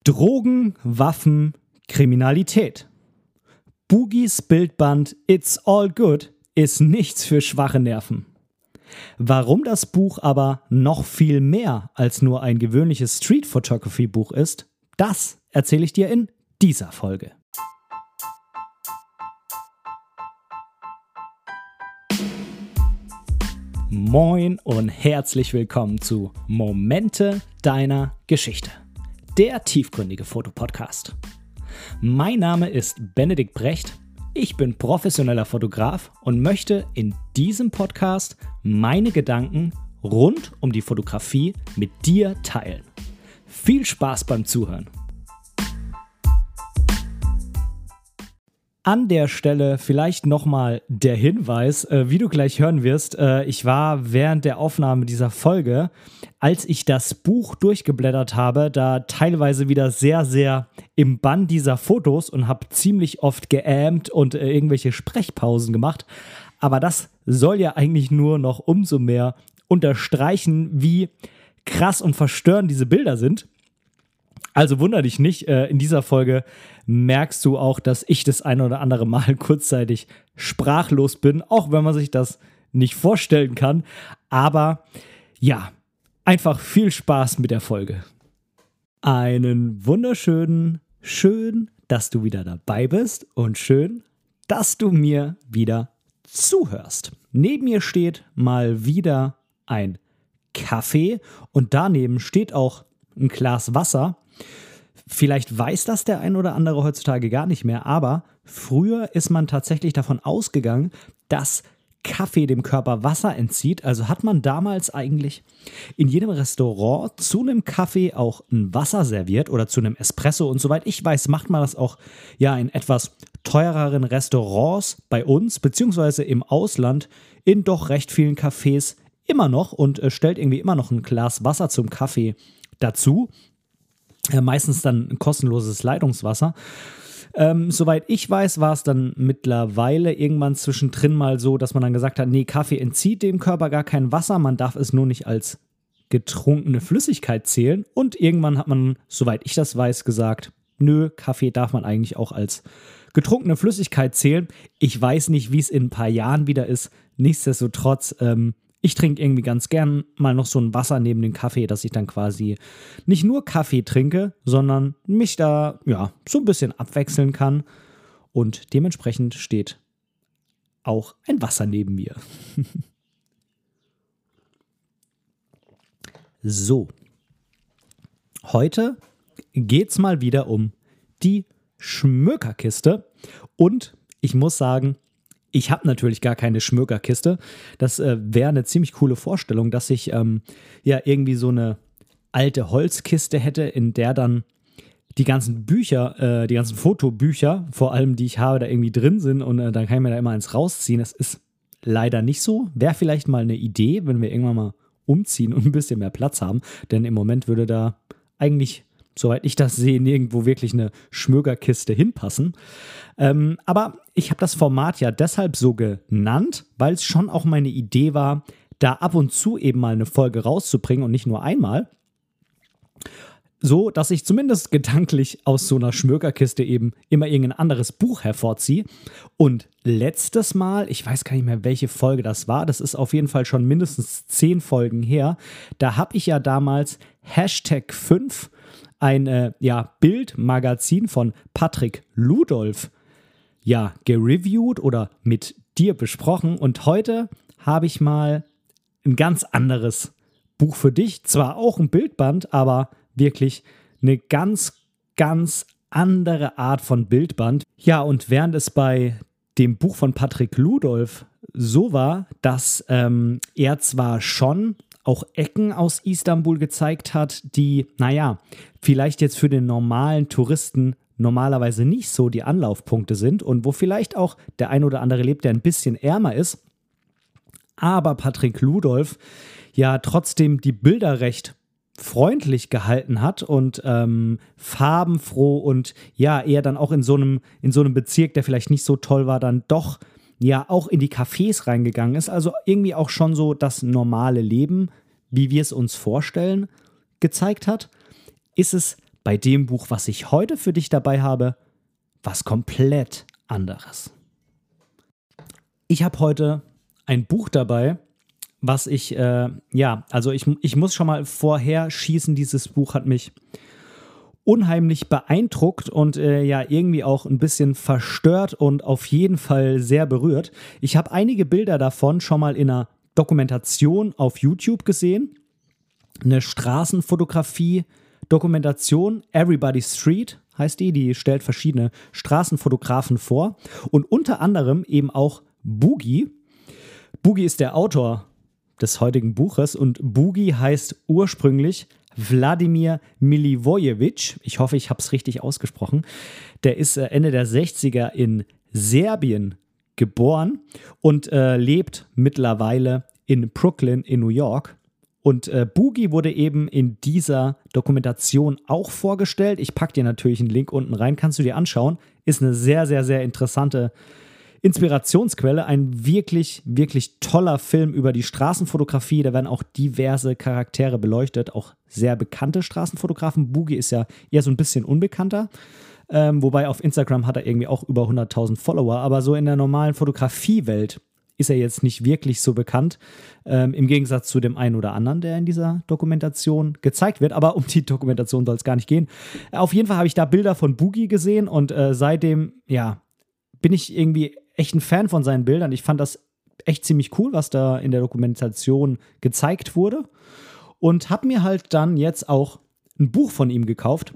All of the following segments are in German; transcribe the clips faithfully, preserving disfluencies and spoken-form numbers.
Drogen, Waffen, Kriminalität. Boogies Bildband It's All Good ist nichts für schwache Nerven. Warum das Buch aber noch viel mehr als nur ein gewöhnliches Street Photography Buch ist, das erzähle ich dir in dieser Folge. Moin und herzlich willkommen zu Momente deiner Geschichte, der tiefgründige Fotopodcast. Mein Name ist Benedikt Brecht, ich bin professioneller Fotograf und möchte in diesem Podcast meine Gedanken rund um die Fotografie mit dir teilen. Viel Spaß beim Zuhören! An der Stelle vielleicht nochmal der Hinweis, äh, wie du gleich hören wirst, äh, ich war während der Aufnahme dieser Folge, als ich das Buch durchgeblättert habe, da teilweise wieder sehr, sehr im Bann dieser Fotos und habe ziemlich oft geähmt und äh, irgendwelche Sprechpausen gemacht. Aber das soll ja eigentlich nur noch umso mehr unterstreichen, wie krass und verstörend diese Bilder sind. Also wunder dich nicht, äh, in dieser Folge merkst du auch, dass ich das ein oder andere Mal kurzzeitig sprachlos bin, auch wenn man sich das nicht vorstellen kann. Aber ja, einfach viel Spaß mit der Folge. Einen wunderschönen, schön, dass du wieder dabei bist und schön, dass du mir wieder zuhörst. Neben mir steht mal wieder ein Kaffee und daneben steht auch ein Glas Wasser. Vielleicht weiß das der ein oder andere heutzutage gar nicht mehr, aber früher ist man tatsächlich davon ausgegangen, dass Kaffee dem Körper Wasser entzieht. Also hat man damals eigentlich in jedem Restaurant zu einem Kaffee auch ein Wasser serviert oder zu einem Espresso. Und soweit ich weiß, macht man das auch ja in etwas teureren Restaurants bei uns, beziehungsweise im Ausland in doch recht vielen Cafés immer noch und äh, stellt irgendwie immer noch ein Glas Wasser zum Kaffee dazu. Äh, meistens dann ein kostenloses Leitungswasser. Ähm, soweit ich weiß, war es dann mittlerweile irgendwann zwischendrin mal so, dass man dann gesagt hat, nee, Kaffee entzieht dem Körper gar kein Wasser, man darf es nur nicht als getrunkene Flüssigkeit zählen. Und irgendwann hat man, soweit ich das weiß, gesagt, nö, Kaffee darf man eigentlich auch als getrunkene Flüssigkeit zählen. Ich weiß nicht, wie es in ein paar Jahren wieder ist. Nichtsdestotrotz, ähm, ich trinke irgendwie ganz gern mal noch so ein Wasser neben dem Kaffee, dass ich dann quasi nicht nur Kaffee trinke, sondern mich da ja so ein bisschen abwechseln kann. Und dementsprechend steht auch ein Wasser neben mir. So, heute geht's mal wieder um die Schmökerkiste. Und ich muss sagen, ich habe natürlich gar keine Schmökerkiste. Das äh, wäre eine ziemlich coole Vorstellung, dass ich ähm, ja irgendwie so eine alte Holzkiste hätte, in der dann die ganzen Bücher, äh, die ganzen Fotobücher, vor allem die ich habe, da irgendwie drin sind und äh, dann kann ich mir da immer eins rausziehen. Das ist leider nicht so. Wäre vielleicht mal eine Idee, wenn wir irgendwann mal umziehen und ein bisschen mehr Platz haben, denn im Moment würde da eigentlich, soweit ich das sehe, nirgendwo wirklich eine Schmökerkiste hinpassen. Ähm, aber ich habe das Format ja deshalb so genannt, weil es schon auch meine Idee war, da ab und zu eben mal eine Folge rauszubringen und nicht nur einmal. So, dass ich zumindest gedanklich aus so einer Schmökerkiste eben immer irgendein anderes Buch hervorziehe. Und letztes Mal, ich weiß gar nicht mehr, welche Folge das war, das ist auf jeden Fall schon mindestens zehn Folgen her, da habe ich ja damals Hashtag fünf, ein äh, ja, Bildmagazin von Patrick Ludolf, ja, gereviewt oder mit dir besprochen. Und heute habe ich mal ein ganz anderes Buch für dich. Zwar auch ein Bildband, aber wirklich eine ganz, ganz andere Art von Bildband. Ja, und während es bei dem Buch von Patrick Ludolf so war, dass ähm, er zwar schon auch Ecken aus Istanbul gezeigt hat, die, naja, vielleicht jetzt für den normalen Touristen normalerweise nicht so die Anlaufpunkte sind und wo vielleicht auch der ein oder andere lebt, der ein bisschen ärmer ist. Aber Patrick Ludolf ja trotzdem die Bilder recht freundlich gehalten hat und ähm, farbenfroh und ja, eher dann auch in so einem, in so einem Bezirk, der vielleicht nicht so toll war, dann doch ja auch in die Cafés reingegangen ist. Also irgendwie auch schon so das normale Leben, wie wir es uns vorstellen, gezeigt hat. Ist es bei dem Buch, was ich heute für dich dabei habe, was komplett anderes. Ich habe heute ein Buch dabei, was ich, äh, ja, also ich, ich muss schon mal vorher schießen, dieses Buch hat mich unheimlich beeindruckt und äh, ja, irgendwie auch ein bisschen verstört und auf jeden Fall sehr berührt. Ich habe einige Bilder davon schon mal in einer Dokumentation auf YouTube gesehen. Eine Straßenfotografie-Dokumentation, Everybody Street heißt die, die stellt verschiedene Straßenfotografen vor und unter anderem eben auch Boogie. Boogie ist der Autor des heutigen Buches und Boogie heißt ursprünglich Wladimir Milivojevic. Ich hoffe, ich habe es richtig ausgesprochen. Der ist Ende der sechziger in Serbien geboren und äh, lebt mittlerweile in Brooklyn in New York. Und äh, Boogie wurde eben in dieser Dokumentation auch vorgestellt. Ich packe dir natürlich einen Link unten rein, kannst du dir anschauen. Ist eine sehr, sehr, sehr interessante Inspirationsquelle. Ein wirklich, wirklich toller Film über die Straßenfotografie. Da werden auch diverse Charaktere beleuchtet, auch sehr bekannte Straßenfotografen. Boogie ist ja eher so ein bisschen unbekannter. Ähm, wobei auf Instagram hat er irgendwie auch über hunderttausend Follower. Aber so in der normalen Fotografiewelt ist er jetzt nicht wirklich so bekannt, ähm, im Gegensatz zu dem einen oder anderen, der in dieser Dokumentation gezeigt wird. Aber um die Dokumentation soll es gar nicht gehen. Auf jeden Fall habe ich da Bilder von Boogie gesehen und äh, seitdem, ja, bin ich irgendwie echt ein Fan von seinen Bildern. Ich fand das echt ziemlich cool, was da in der Dokumentation gezeigt wurde und habe mir halt dann jetzt auch ein Buch von ihm gekauft.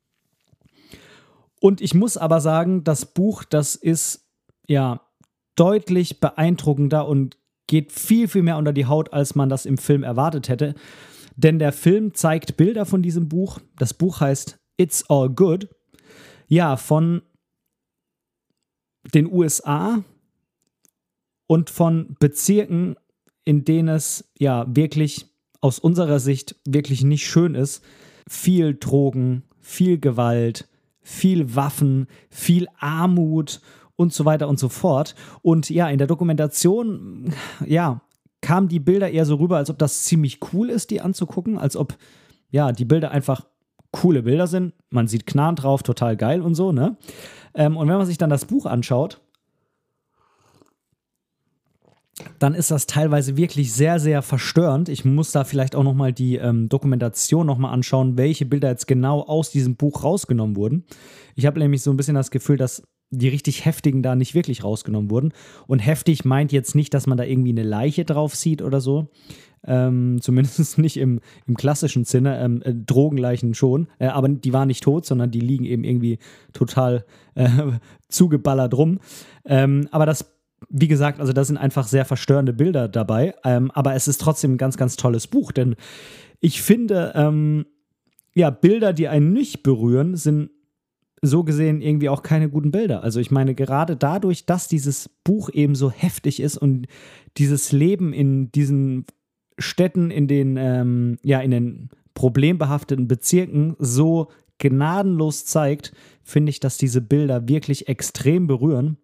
Und ich muss aber sagen, das Buch, das ist, ja, deutlich beeindruckender und geht viel, viel mehr unter die Haut, als man das im Film erwartet hätte. Denn der Film zeigt Bilder von diesem Buch. Das Buch heißt It's All Good. Ja, von den U S A und von Bezirken, in denen es ja wirklich aus unserer Sicht wirklich nicht schön ist. Viel Drogen, viel Gewalt, viel Waffen, viel Armut und so weiter und so fort. Und ja, in der Dokumentation, ja, kamen die Bilder eher so rüber, als ob das ziemlich cool ist, die anzugucken, als ob, ja, die Bilder einfach coole Bilder sind. Man sieht Knarren drauf, total geil und so, ne? Ähm, und wenn man sich dann das Buch anschaut, dann ist das teilweise wirklich sehr, sehr verstörend. Ich muss da vielleicht auch nochmal die ähm, Dokumentation nochmal anschauen, welche Bilder jetzt genau aus diesem Buch rausgenommen wurden. Ich habe nämlich so ein bisschen das Gefühl, dass die richtig heftigen da nicht wirklich rausgenommen wurden. Und heftig meint jetzt nicht, dass man da irgendwie eine Leiche drauf sieht oder so. Ähm, zumindest nicht im, im klassischen Sinne. Ähm, äh, Drogenleichen schon. Äh, aber die waren nicht tot, sondern die liegen eben irgendwie total äh, zugeballert rum. Ähm, aber das, wie gesagt, also da sind einfach sehr verstörende Bilder dabei. Ähm, aber es ist trotzdem ein ganz, ganz tolles Buch. Denn ich finde, ähm, ja, Bilder, die einen nicht berühren, sind so gesehen irgendwie auch keine guten Bilder. Also ich meine, gerade dadurch, dass dieses Buch eben so heftig ist und dieses Leben in diesen Städten, in den, ähm, ja, in den problembehafteten Bezirken so gnadenlos zeigt, finde ich, dass diese Bilder wirklich extrem berühren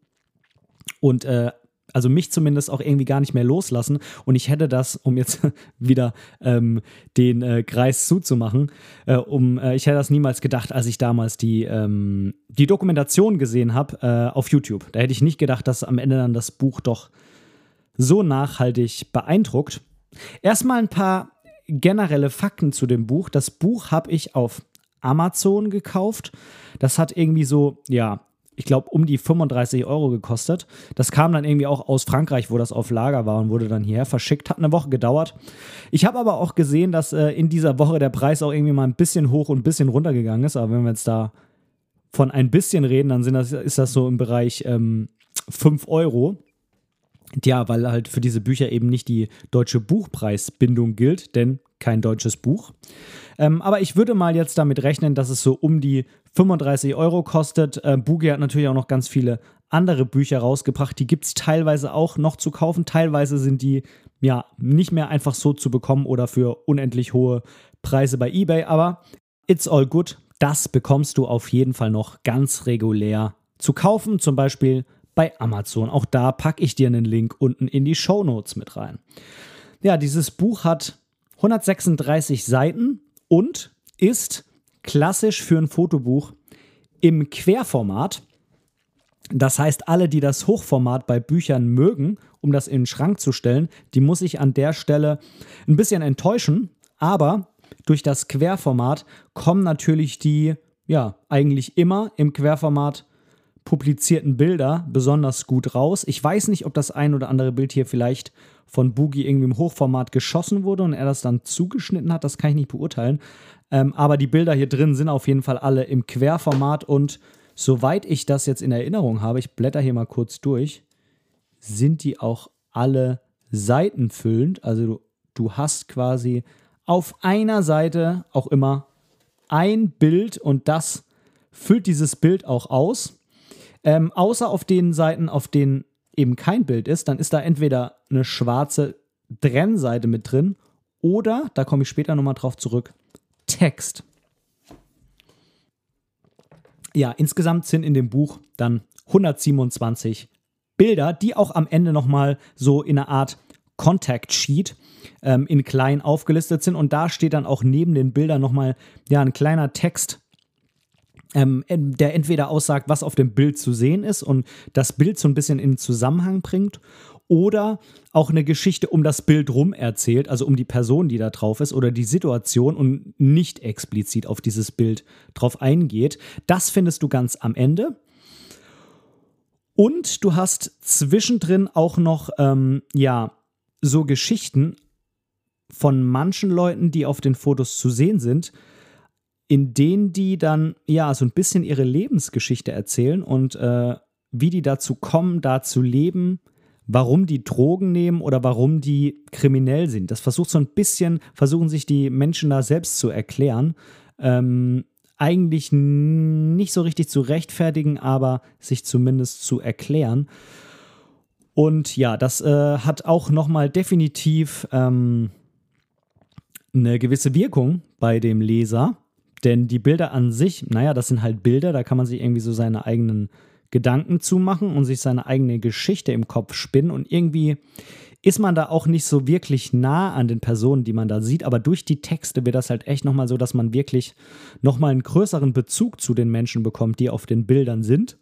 und äh, also mich zumindest auch irgendwie gar nicht mehr loslassen. Und ich hätte das, um jetzt wieder ähm, den äh, Kreis zuzumachen, äh, um, äh, ich hätte das niemals gedacht, als ich damals die, ähm, die Dokumentation gesehen habe äh, auf YouTube. Da hätte ich nicht gedacht, dass am Ende dann das Buch doch so nachhaltig beeindruckt. Erstmal ein paar generelle Fakten zu dem Buch. Das Buch habe ich auf Amazon gekauft. Das hat irgendwie so, ja, ich glaube, um die fünfunddreißig Euro gekostet. Das kam dann irgendwie auch aus Frankreich, wo das auf Lager war und wurde dann hierher verschickt. Hat eine Woche gedauert. Ich habe aber auch gesehen, dass äh, in dieser Woche der Preis auch irgendwie mal ein bisschen hoch und ein bisschen runter gegangen ist. Aber wenn wir jetzt da von ein bisschen reden, dann sind das, ist das so im Bereich ähm, fünf Euro. Ja, weil halt für diese Bücher eben nicht die deutsche Buchpreisbindung gilt, denn kein deutsches Buch. Ähm, aber ich würde mal jetzt damit rechnen, dass es so um die fünfunddreißig Euro kostet. Äh, Boogie hat natürlich auch noch ganz viele andere Bücher rausgebracht. Die gibt es teilweise auch noch zu kaufen. Teilweise sind die ja nicht mehr einfach so zu bekommen oder für unendlich hohe Preise bei eBay. Aber It's All Good, das bekommst du auf jeden Fall noch ganz regulär zu kaufen. Zum Beispiel bei Amazon. Auch da packe ich dir einen Link unten in die Shownotes mit rein. Ja, dieses Buch hat hundertsechsunddreißig Seiten und ist klassisch für ein Fotobuch im Querformat. Das heißt, alle, die das Hochformat bei Büchern mögen, um das in den Schrank zu stellen, die muss ich an der Stelle ein bisschen enttäuschen. Aber durch das Querformat kommen natürlich die, ja, eigentlich immer im Querformat publizierten Bilder besonders gut raus. Ich weiß nicht, ob das ein oder andere Bild hier vielleicht von Boogie irgendwie im Hochformat geschossen wurde und er das dann zugeschnitten hat. Das kann ich nicht beurteilen. Ähm, aber die Bilder hier drin sind auf jeden Fall alle im Querformat und soweit ich das jetzt in Erinnerung habe, ich blätter hier mal kurz durch, sind die auch alle seitenfüllend. Also du, du hast quasi auf einer Seite auch immer ein Bild und das füllt dieses Bild auch aus. Ähm, außer auf den Seiten, auf denen eben kein Bild ist, dann ist da entweder eine schwarze Trennseite mit drin oder, da komme ich später nochmal drauf zurück, Text. Ja, insgesamt sind in dem Buch dann hundertsiebenundzwanzig Bilder, die auch am Ende nochmal so in einer Art Contact Sheet ähm, in klein aufgelistet sind und da steht dann auch neben den Bildern nochmal ja, ein kleiner Text, ähm, der entweder aussagt, was auf dem Bild zu sehen ist und das Bild so ein bisschen in Zusammenhang bringt oder auch eine Geschichte um das Bild rum erzählt, also um die Person, die da drauf ist oder die Situation und nicht explizit auf dieses Bild drauf eingeht. Das findest du ganz am Ende. Und du hast zwischendrin auch noch, ähm, ja, so Geschichten von manchen Leuten, die auf den Fotos zu sehen sind, in denen die dann, ja, so ein bisschen ihre Lebensgeschichte erzählen und äh, wie die dazu kommen, da zu leben, warum die Drogen nehmen oder warum die kriminell sind. Das versucht so ein bisschen, versuchen sich die Menschen da selbst zu erklären. Ähm, eigentlich nicht so richtig zu rechtfertigen, aber sich zumindest zu erklären. Und ja, das äh, hat auch nochmal definitiv ähm, eine gewisse Wirkung bei dem Leser. Denn die Bilder an sich, naja, das sind halt Bilder, da kann man sich irgendwie so seine eigenen Gedanken zumachen und sich seine eigene Geschichte im Kopf spinnen. Und irgendwie ist man da auch nicht so wirklich nah an den Personen, die man da sieht. Aber durch die Texte wird das halt echt nochmal so, dass man wirklich nochmal einen größeren Bezug zu den Menschen bekommt, die auf den Bildern sind.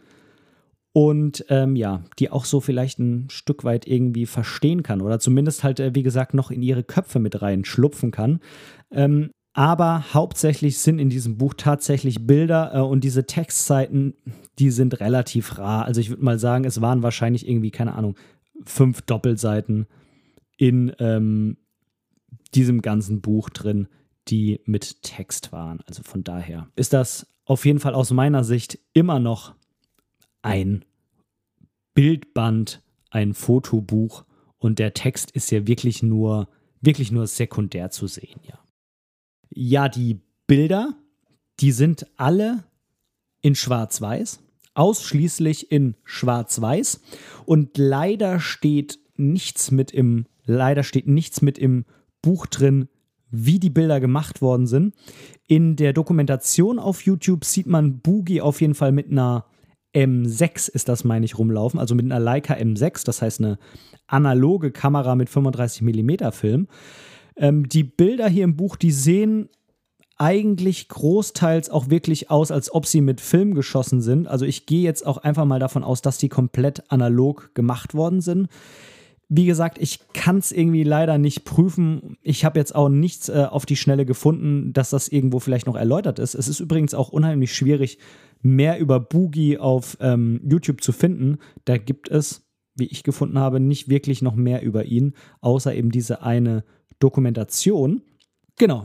Und ähm, ja, die auch so vielleicht ein Stück weit irgendwie verstehen kann. Oder zumindest halt, äh, wie gesagt, noch in ihre Köpfe mit reinschlupfen kann. Ähm, Aber hauptsächlich sind in diesem Buch tatsächlich Bilder äh, und diese Textseiten, die sind relativ rar. Also ich würde mal sagen, es waren wahrscheinlich irgendwie, keine Ahnung, fünf Doppelseiten in ähm, diesem ganzen Buch drin, die mit Text waren. Also von daher ist das auf jeden Fall aus meiner Sicht immer noch ein Bildband, ein Fotobuch und der Text ist ja wirklich nur, wirklich nur sekundär zu sehen, ja. Ja, die Bilder, die sind alle in Schwarz-Weiß, ausschließlich in Schwarz-Weiß und leider steht nichts mit im, leider steht nichts mit im Buch drin, wie die Bilder gemacht worden sind. In der Dokumentation auf YouTube sieht man Boogie auf jeden Fall mit einer M sechs ist das, meine ich, rumlaufen, also mit einer Leica M sechs, das heißt eine analoge Kamera mit fünfunddreißig Millimeter Film. Ähm, die Bilder hier im Buch, die sehen eigentlich großteils auch wirklich aus, als ob sie mit Film geschossen sind. Also ich gehe jetzt auch einfach mal davon aus, dass die komplett analog gemacht worden sind. Wie gesagt, ich kann es irgendwie leider nicht prüfen. Ich habe jetzt auch nichts äh, auf die Schnelle gefunden, dass das irgendwo vielleicht noch erläutert ist. Es ist übrigens auch unheimlich schwierig, mehr über Boogie auf ähm, YouTube zu finden. Da gibt es, wie ich gefunden habe, nicht wirklich noch mehr über ihn, außer eben diese eine Dokumentation. Genau.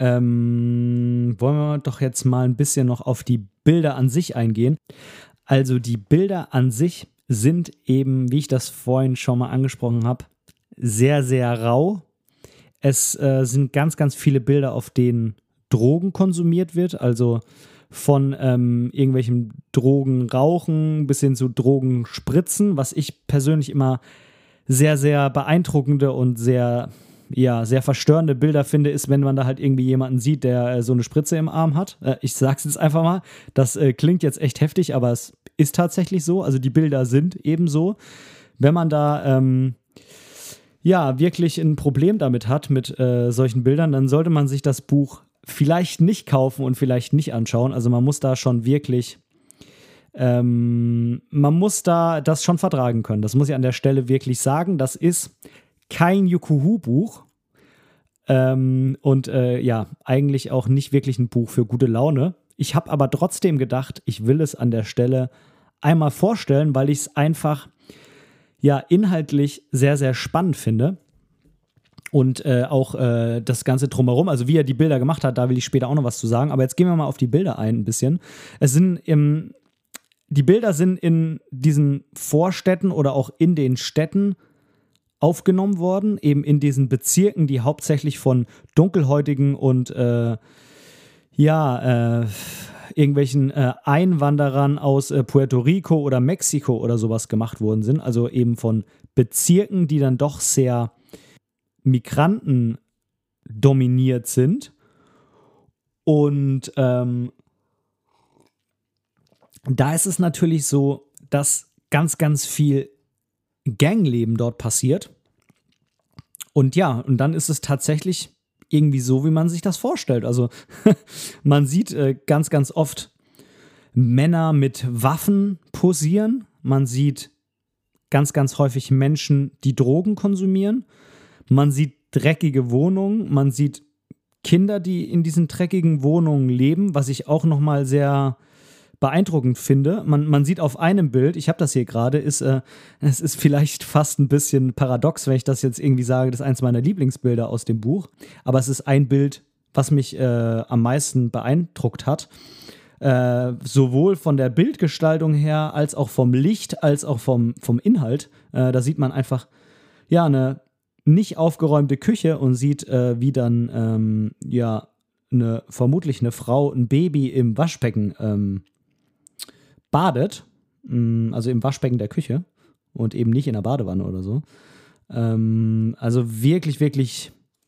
Ähm, wollen wir doch jetzt mal ein bisschen noch auf die Bilder an sich eingehen. Also die Bilder an sich sind eben, wie ich das vorhin schon mal angesprochen habe, sehr, sehr rau. Es äh, sind ganz, ganz viele Bilder, auf denen Drogen konsumiert wird, also von ähm, irgendwelchen Drogenrauchen bis hin zu Drogenspritzen, was ich persönlich immer sehr, sehr beeindruckende und sehr, ja, sehr verstörende Bilder finde, ist, wenn man da halt irgendwie jemanden sieht, der äh, so eine Spritze im Arm hat. Äh, ich sag's jetzt einfach mal, das äh, klingt jetzt echt heftig, aber es ist tatsächlich so. Also die Bilder sind eben so. Wenn man da ähm, ja wirklich ein Problem damit hat, mit äh, solchen Bildern, dann sollte man sich das Buch vielleicht nicht kaufen und vielleicht nicht anschauen. Also man muss da schon wirklich, ähm, man muss da das schon vertragen können. Das muss ich an der Stelle wirklich sagen. Das ist kein Jukuhu-Buch. Ähm, und äh, ja, eigentlich auch nicht wirklich ein Buch für gute Laune. Ich habe aber trotzdem gedacht, ich will es an der Stelle einmal vorstellen, weil ich es einfach ja inhaltlich sehr, sehr spannend finde. Und äh, auch äh, das Ganze drumherum, also wie er die Bilder gemacht hat, da will ich später auch noch was zu sagen. Aber jetzt gehen wir mal auf die Bilder ein, ein bisschen. Es sind im, die Bilder sind in diesen Vorstädten oder auch in den Städten aufgenommen worden, eben in diesen Bezirken, die hauptsächlich von Dunkelhäutigen und äh, ja, äh, irgendwelchen äh, Einwanderern aus äh, Puerto Rico oder Mexiko oder sowas gemacht worden sind. Also eben von Bezirken, die dann doch sehr Migranten dominiert sind. Und ähm, da ist es natürlich so, dass ganz, ganz viel Gangleben dort passiert. Und ja, und dann ist es tatsächlich irgendwie so, wie man sich das vorstellt. Also man sieht äh, ganz, ganz oft Männer mit Waffen posieren. Man sieht ganz, ganz häufig Menschen, die Drogen konsumieren. Man sieht dreckige Wohnungen. Man sieht Kinder, die in diesen dreckigen Wohnungen leben, was ich auch nochmal sehr beeindruckend finde. Man, man sieht auf einem Bild, ich habe das hier gerade, ist, äh, es ist vielleicht fast ein bisschen paradox, wenn ich das jetzt irgendwie sage, das ist eins meiner Lieblingsbilder aus dem Buch, aber es ist ein Bild, was mich äh, am meisten beeindruckt hat. Äh, sowohl von der Bildgestaltung her, als auch vom Licht, als auch vom, vom Inhalt. Äh, da sieht man einfach, ja, eine nicht aufgeräumte Küche und sieht, äh, wie dann, ähm, ja, eine, vermutlich eine Frau ein Baby im Waschbecken ähm, badet, also im Waschbecken der Küche und eben nicht in der Badewanne oder so. Ähm, also wirklich, wirklich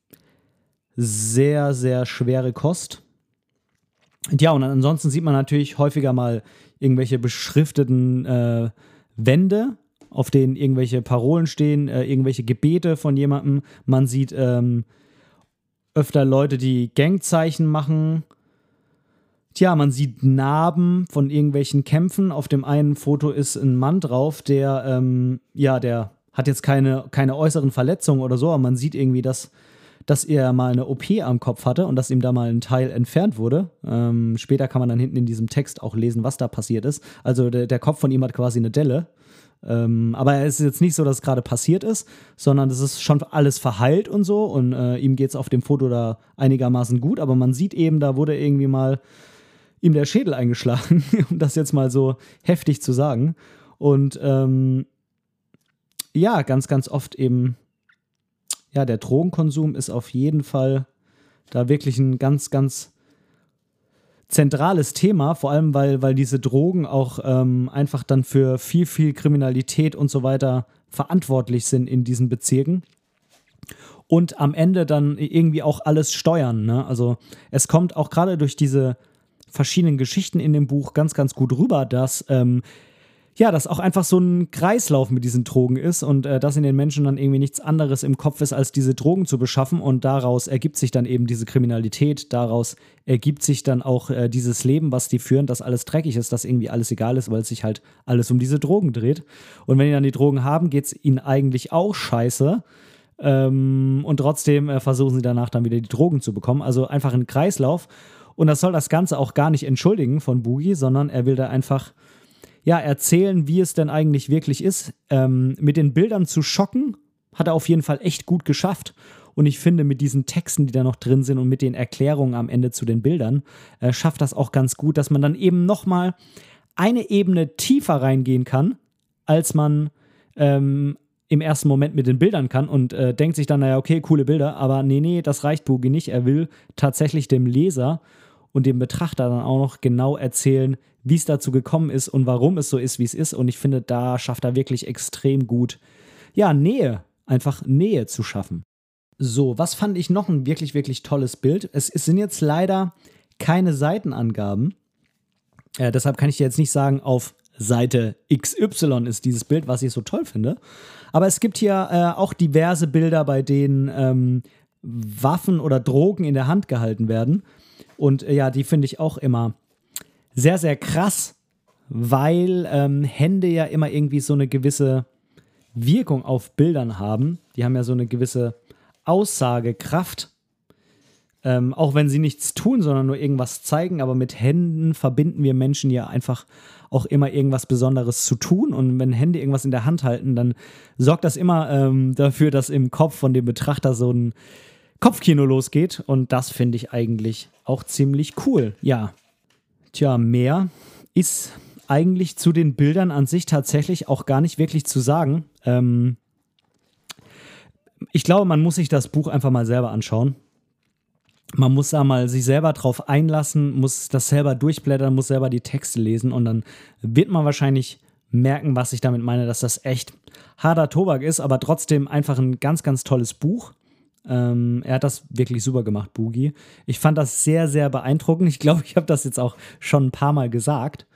sehr, sehr schwere Kost. Und ja, und ansonsten sieht man natürlich häufiger mal irgendwelche beschrifteten äh, Wände, auf denen irgendwelche Parolen stehen, äh, irgendwelche Gebete von jemandem. Man sieht ähm, öfter Leute, die Gangzeichen machen. Tja, man sieht Narben von irgendwelchen Kämpfen. Auf dem einen Foto ist ein Mann drauf, der, ähm, ja, der hat jetzt keine, keine äußeren Verletzungen oder so, aber man sieht irgendwie, dass, dass er mal eine O P am Kopf hatte und dass ihm da mal ein Teil entfernt wurde. Ähm, später kann man dann hinten in diesem Text auch lesen, was da passiert ist. Also der, der Kopf von ihm hat quasi eine Delle. Ähm, aber es ist jetzt nicht so, dass es gerade passiert ist, sondern es ist schon alles verheilt und so und äh, ihm geht es auf dem Foto da einigermaßen gut, aber man sieht eben, da wurde irgendwie mal ihm der Schädel eingeschlagen, um das jetzt mal so heftig zu sagen. Und ähm, ja, ganz, ganz oft eben, ja, der Drogenkonsum ist auf jeden Fall da wirklich ein ganz, ganz zentrales Thema, vor allem, weil, weil diese Drogen auch ähm, einfach dann für viel, viel Kriminalität und so weiter verantwortlich sind in diesen Bezirken. Und am Ende dann irgendwie auch alles steuern. Ne? Also es kommt auch gerade durch diese verschiedenen Geschichten in dem Buch ganz, ganz gut rüber, dass ähm, ja, dass auch einfach so ein Kreislauf mit diesen Drogen ist und äh, dass in den Menschen dann irgendwie nichts anderes im Kopf ist, als diese Drogen zu beschaffen und daraus ergibt sich dann eben diese Kriminalität, daraus ergibt sich dann auch äh, dieses Leben, was die führen, dass alles dreckig ist, dass irgendwie alles egal ist, weil sich halt alles um diese Drogen dreht. Und wenn die dann die Drogen haben, geht es ihnen eigentlich auch scheiße. Ähm, und trotzdem äh, versuchen sie danach dann wieder die Drogen zu bekommen. Also einfach ein Kreislauf. Und das soll das Ganze auch gar nicht entschuldigen von Boogie, sondern er will da einfach ja, erzählen, wie es denn eigentlich wirklich ist. Ähm, mit den Bildern zu schocken, hat er auf jeden Fall echt gut geschafft. Und ich finde, mit diesen Texten, die da noch drin sind und mit den Erklärungen am Ende zu den Bildern, äh, schafft das auch ganz gut, dass man dann eben nochmal eine Ebene tiefer reingehen kann, als man ähm, im ersten Moment mit den Bildern kann und äh, denkt sich dann, naja, okay, coole Bilder, aber nee, nee, das reicht Boogie nicht. Er will tatsächlich dem Leser und dem Betrachter dann auch noch genau erzählen, wie es dazu gekommen ist und warum es so ist, wie es ist. Und ich finde, da schafft er wirklich extrem gut, ja, Nähe, einfach Nähe zu schaffen. So, was fand ich noch ein wirklich, wirklich tolles Bild? Es, es sind jetzt leider keine Seitenangaben. Äh, deshalb kann ich dir jetzt nicht sagen, auf Seite X Y ist dieses Bild, was ich so toll finde. Aber es gibt hier äh, auch diverse Bilder, bei denen ähm, Waffen oder Drogen in der Hand gehalten werden. Und äh, ja, die finde ich auch immer sehr, sehr krass, weil ähm, Hände ja immer irgendwie so eine gewisse Wirkung auf Bildern haben. Die haben ja so eine gewisse Aussagekraft. Ähm, auch wenn sie nichts tun, sondern nur irgendwas zeigen. Aber mit Händen verbinden wir Menschen ja einfach auch immer irgendwas Besonderes zu tun. Und wenn Hände irgendwas in der Hand halten, dann sorgt das immer ähm, dafür, dass im Kopf von dem Betrachter so ein Kopfkino losgeht. Und das finde ich eigentlich auch ziemlich cool. Ja, tja, mehr ist eigentlich zu den Bildern an sich tatsächlich auch gar nicht wirklich zu sagen. Ähm, ich glaube, man muss sich das Buch einfach mal selber anschauen. Man muss da mal sich selber drauf einlassen, muss das selber durchblättern, muss selber die Texte lesen und dann wird man wahrscheinlich merken, was ich damit meine, dass das echt harter Tobak ist, aber trotzdem einfach ein ganz, ganz tolles Buch. Ähm, er hat das wirklich super gemacht, Boogie. Ich fand das sehr, sehr beeindruckend. Ich glaube, ich habe das jetzt auch schon ein paar Mal gesagt.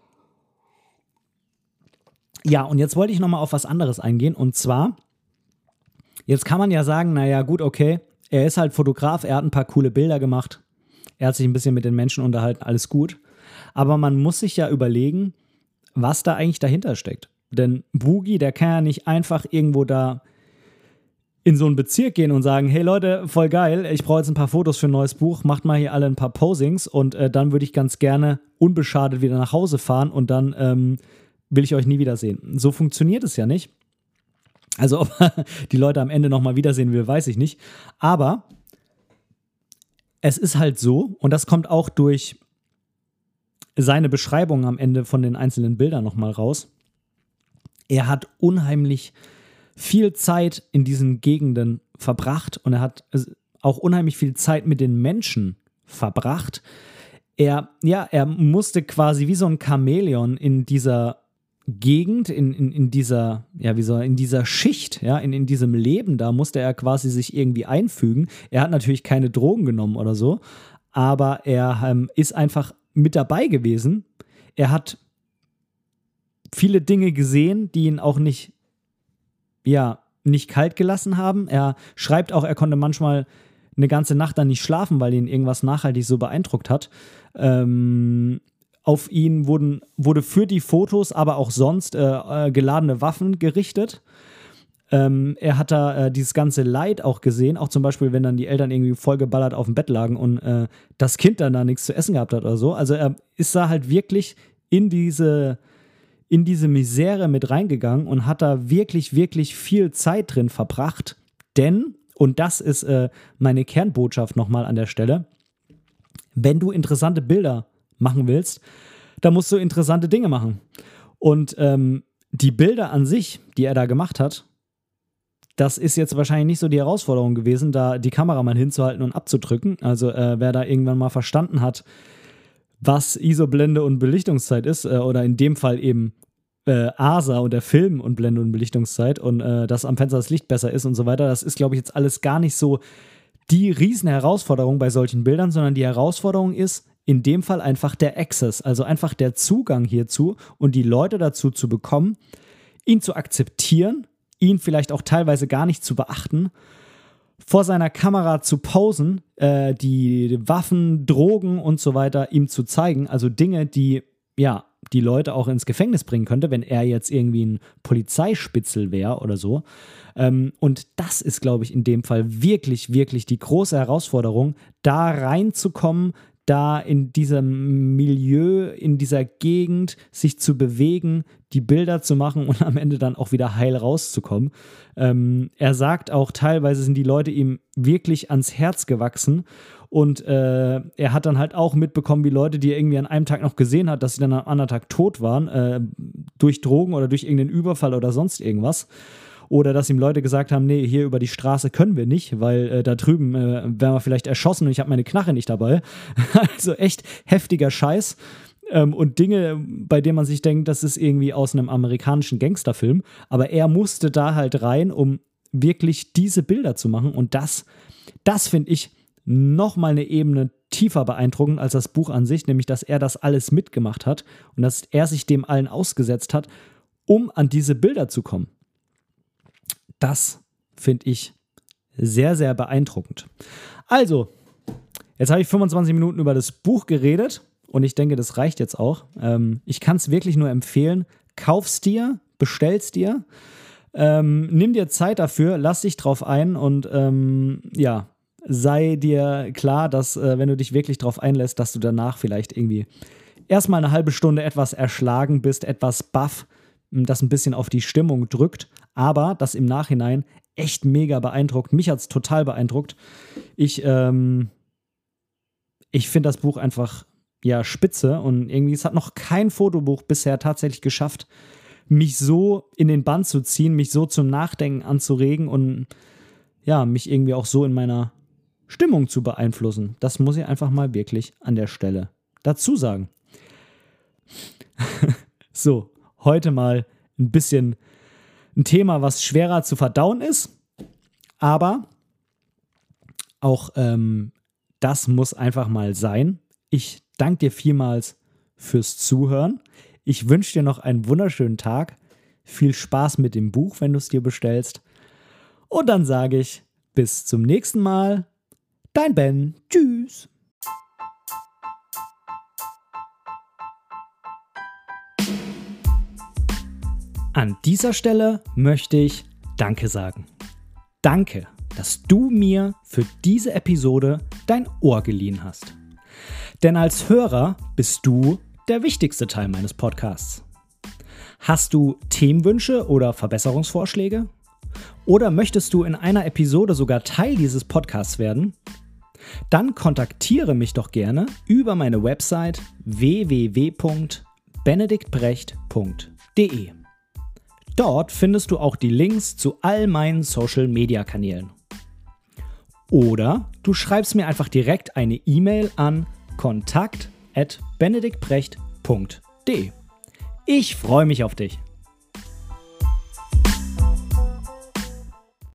Ja, und jetzt wollte ich nochmal auf was anderes eingehen. Und zwar, jetzt kann man ja sagen, naja, gut, okay, er ist halt Fotograf, er hat ein paar coole Bilder gemacht, er hat sich ein bisschen mit den Menschen unterhalten, alles gut. Aber man muss sich ja überlegen, was da eigentlich dahinter steckt. Denn Boogie, der kann ja nicht einfach irgendwo da in so einen Bezirk gehen und sagen, hey Leute, voll geil, ich brauche jetzt ein paar Fotos für ein neues Buch, macht mal hier alle ein paar Posings und äh, dann würde ich ganz gerne unbeschadet wieder nach Hause fahren und dann ähm, will ich euch nie wiedersehen. So funktioniert es ja nicht. Also ob er die Leute am Ende nochmal wiedersehen will, weiß ich nicht. Aber es ist halt so, und das kommt auch durch seine Beschreibung am Ende von den einzelnen Bildern nochmal raus. Er hat unheimlich viel Zeit in diesen Gegenden verbracht und er hat auch unheimlich viel Zeit mit den Menschen verbracht. Er, ja, er musste quasi wie so ein Chamäleon in dieser Gegend, in, in, in dieser, ja, wie soll, in dieser Schicht, ja, in, in diesem Leben, da musste er quasi sich irgendwie einfügen. Er hat natürlich keine Drogen genommen oder so, aber er ähm, ist einfach mit dabei gewesen. Er hat viele Dinge gesehen, die ihn auch nicht, ja, nicht kalt gelassen haben. Er schreibt auch, er konnte manchmal eine ganze Nacht dann nicht schlafen, weil ihn irgendwas nachhaltig so beeindruckt hat. Ähm, Auf ihn wurden, wurde für die Fotos, aber auch sonst äh, geladene Waffen gerichtet. Ähm, er hat da äh, dieses ganze Leid auch gesehen, auch zum Beispiel, wenn dann die Eltern irgendwie vollgeballert auf dem Bett lagen und äh, das Kind dann da nichts zu essen gehabt hat oder so. Also er ist da halt wirklich in diese, in diese Misere mit reingegangen und hat da wirklich, wirklich viel Zeit drin verbracht. Denn, und das ist äh, meine Kernbotschaft nochmal an der Stelle, wenn du interessante Bilder machen willst, da musst du interessante Dinge machen. Und ähm, die Bilder an sich, die er da gemacht hat, das ist jetzt wahrscheinlich nicht so die Herausforderung gewesen, da die Kamera mal hinzuhalten und abzudrücken. Also äh, wer da irgendwann mal verstanden hat, was I S O-Blende und Belichtungszeit ist, äh, oder in dem Fall eben äh, A S A und der Film und Blende und Belichtungszeit und äh, dass am Fenster das Licht besser ist und so weiter, das ist, glaube ich, jetzt alles gar nicht so die riesen Herausforderung bei solchen Bildern, sondern die Herausforderung ist, in dem Fall einfach der Access, also einfach der Zugang hierzu und die Leute dazu zu bekommen, ihn zu akzeptieren, ihn vielleicht auch teilweise gar nicht zu beachten, vor seiner Kamera zu posen, äh, die Waffen, Drogen und so weiter ihm zu zeigen, also Dinge, die ja die Leute auch ins Gefängnis bringen könnte, wenn er jetzt irgendwie ein Polizeispitzel wäre oder so. Ähm, und das ist, glaube ich, in dem Fall wirklich, wirklich die große Herausforderung, da reinzukommen, da in diesem Milieu, in dieser Gegend sich zu bewegen, die Bilder zu machen und am Ende dann auch wieder heil rauszukommen. Ähm, er sagt auch, teilweise sind die Leute ihm wirklich ans Herz gewachsen und äh, er hat dann halt auch mitbekommen, wie Leute, die er irgendwie an einem Tag noch gesehen hat, dass sie dann am anderen Tag tot waren, äh, durch Drogen oder durch irgendeinen Überfall oder sonst irgendwas. Oder dass ihm Leute gesagt haben, nee, hier über die Straße können wir nicht, weil äh, da drüben äh, werden wir vielleicht erschossen und ich habe meine Knarre nicht dabei. Also echt heftiger Scheiß. Ähm, und Dinge, bei denen man sich denkt, das ist irgendwie aus einem amerikanischen Gangsterfilm. Aber er musste da halt rein, um wirklich diese Bilder zu machen. Und das, das finde ich nochmal eine Ebene tiefer beeindruckend als das Buch an sich, nämlich dass er das alles mitgemacht hat und dass er sich dem allen ausgesetzt hat, um an diese Bilder zu kommen. Das finde ich sehr, sehr beeindruckend. Also, Jetzt habe ich fünfundzwanzig Minuten über das Buch geredet und ich denke, das reicht jetzt auch. Ähm, ich kann es wirklich nur empfehlen. Kauf's dir, bestell's dir, ähm, nimm dir Zeit dafür, lass dich drauf ein und ähm, ja, sei dir klar, dass äh, wenn du dich wirklich drauf einlässt, dass du danach vielleicht irgendwie erstmal eine halbe Stunde etwas erschlagen bist, etwas baff, das ein bisschen auf die Stimmung drückt, aber das im Nachhinein echt mega beeindruckt. Mich hat es total beeindruckt. Ich, ähm, ich finde das Buch einfach, ja, spitze und irgendwie, es hat noch kein Fotobuch bisher tatsächlich geschafft, mich so in den Bann zu ziehen, mich so zum Nachdenken anzuregen und ja, mich irgendwie auch so in meiner Stimmung zu beeinflussen. Das muss ich einfach mal wirklich an der Stelle dazu sagen. So, heute mal ein bisschen ein Thema, was schwerer zu verdauen ist, aber auch ähm, das muss einfach mal sein. Ich danke dir vielmals fürs Zuhören. Ich wünsche dir noch einen wunderschönen Tag. Viel Spaß mit dem Buch, wenn du es dir bestellst. Und dann sage ich bis zum nächsten Mal. Dein Ben. Tschüss. An dieser Stelle möchte ich Danke sagen. Danke, dass du mir für diese Episode dein Ohr geliehen hast. Denn als Hörer bist du der wichtigste Teil meines Podcasts. Hast du Themenwünsche oder Verbesserungsvorschläge? Oder möchtest du in einer Episode sogar Teil dieses Podcasts werden? Dann kontaktiere mich doch gerne über meine Website w w w punkt benediktbrecht punkt d e. Dort findest du auch die Links zu all meinen Social-Media-Kanälen. Oder du schreibst mir einfach direkt eine E-Mail an kontakt at benediktbrecht punkt d e. Ich freue mich auf dich.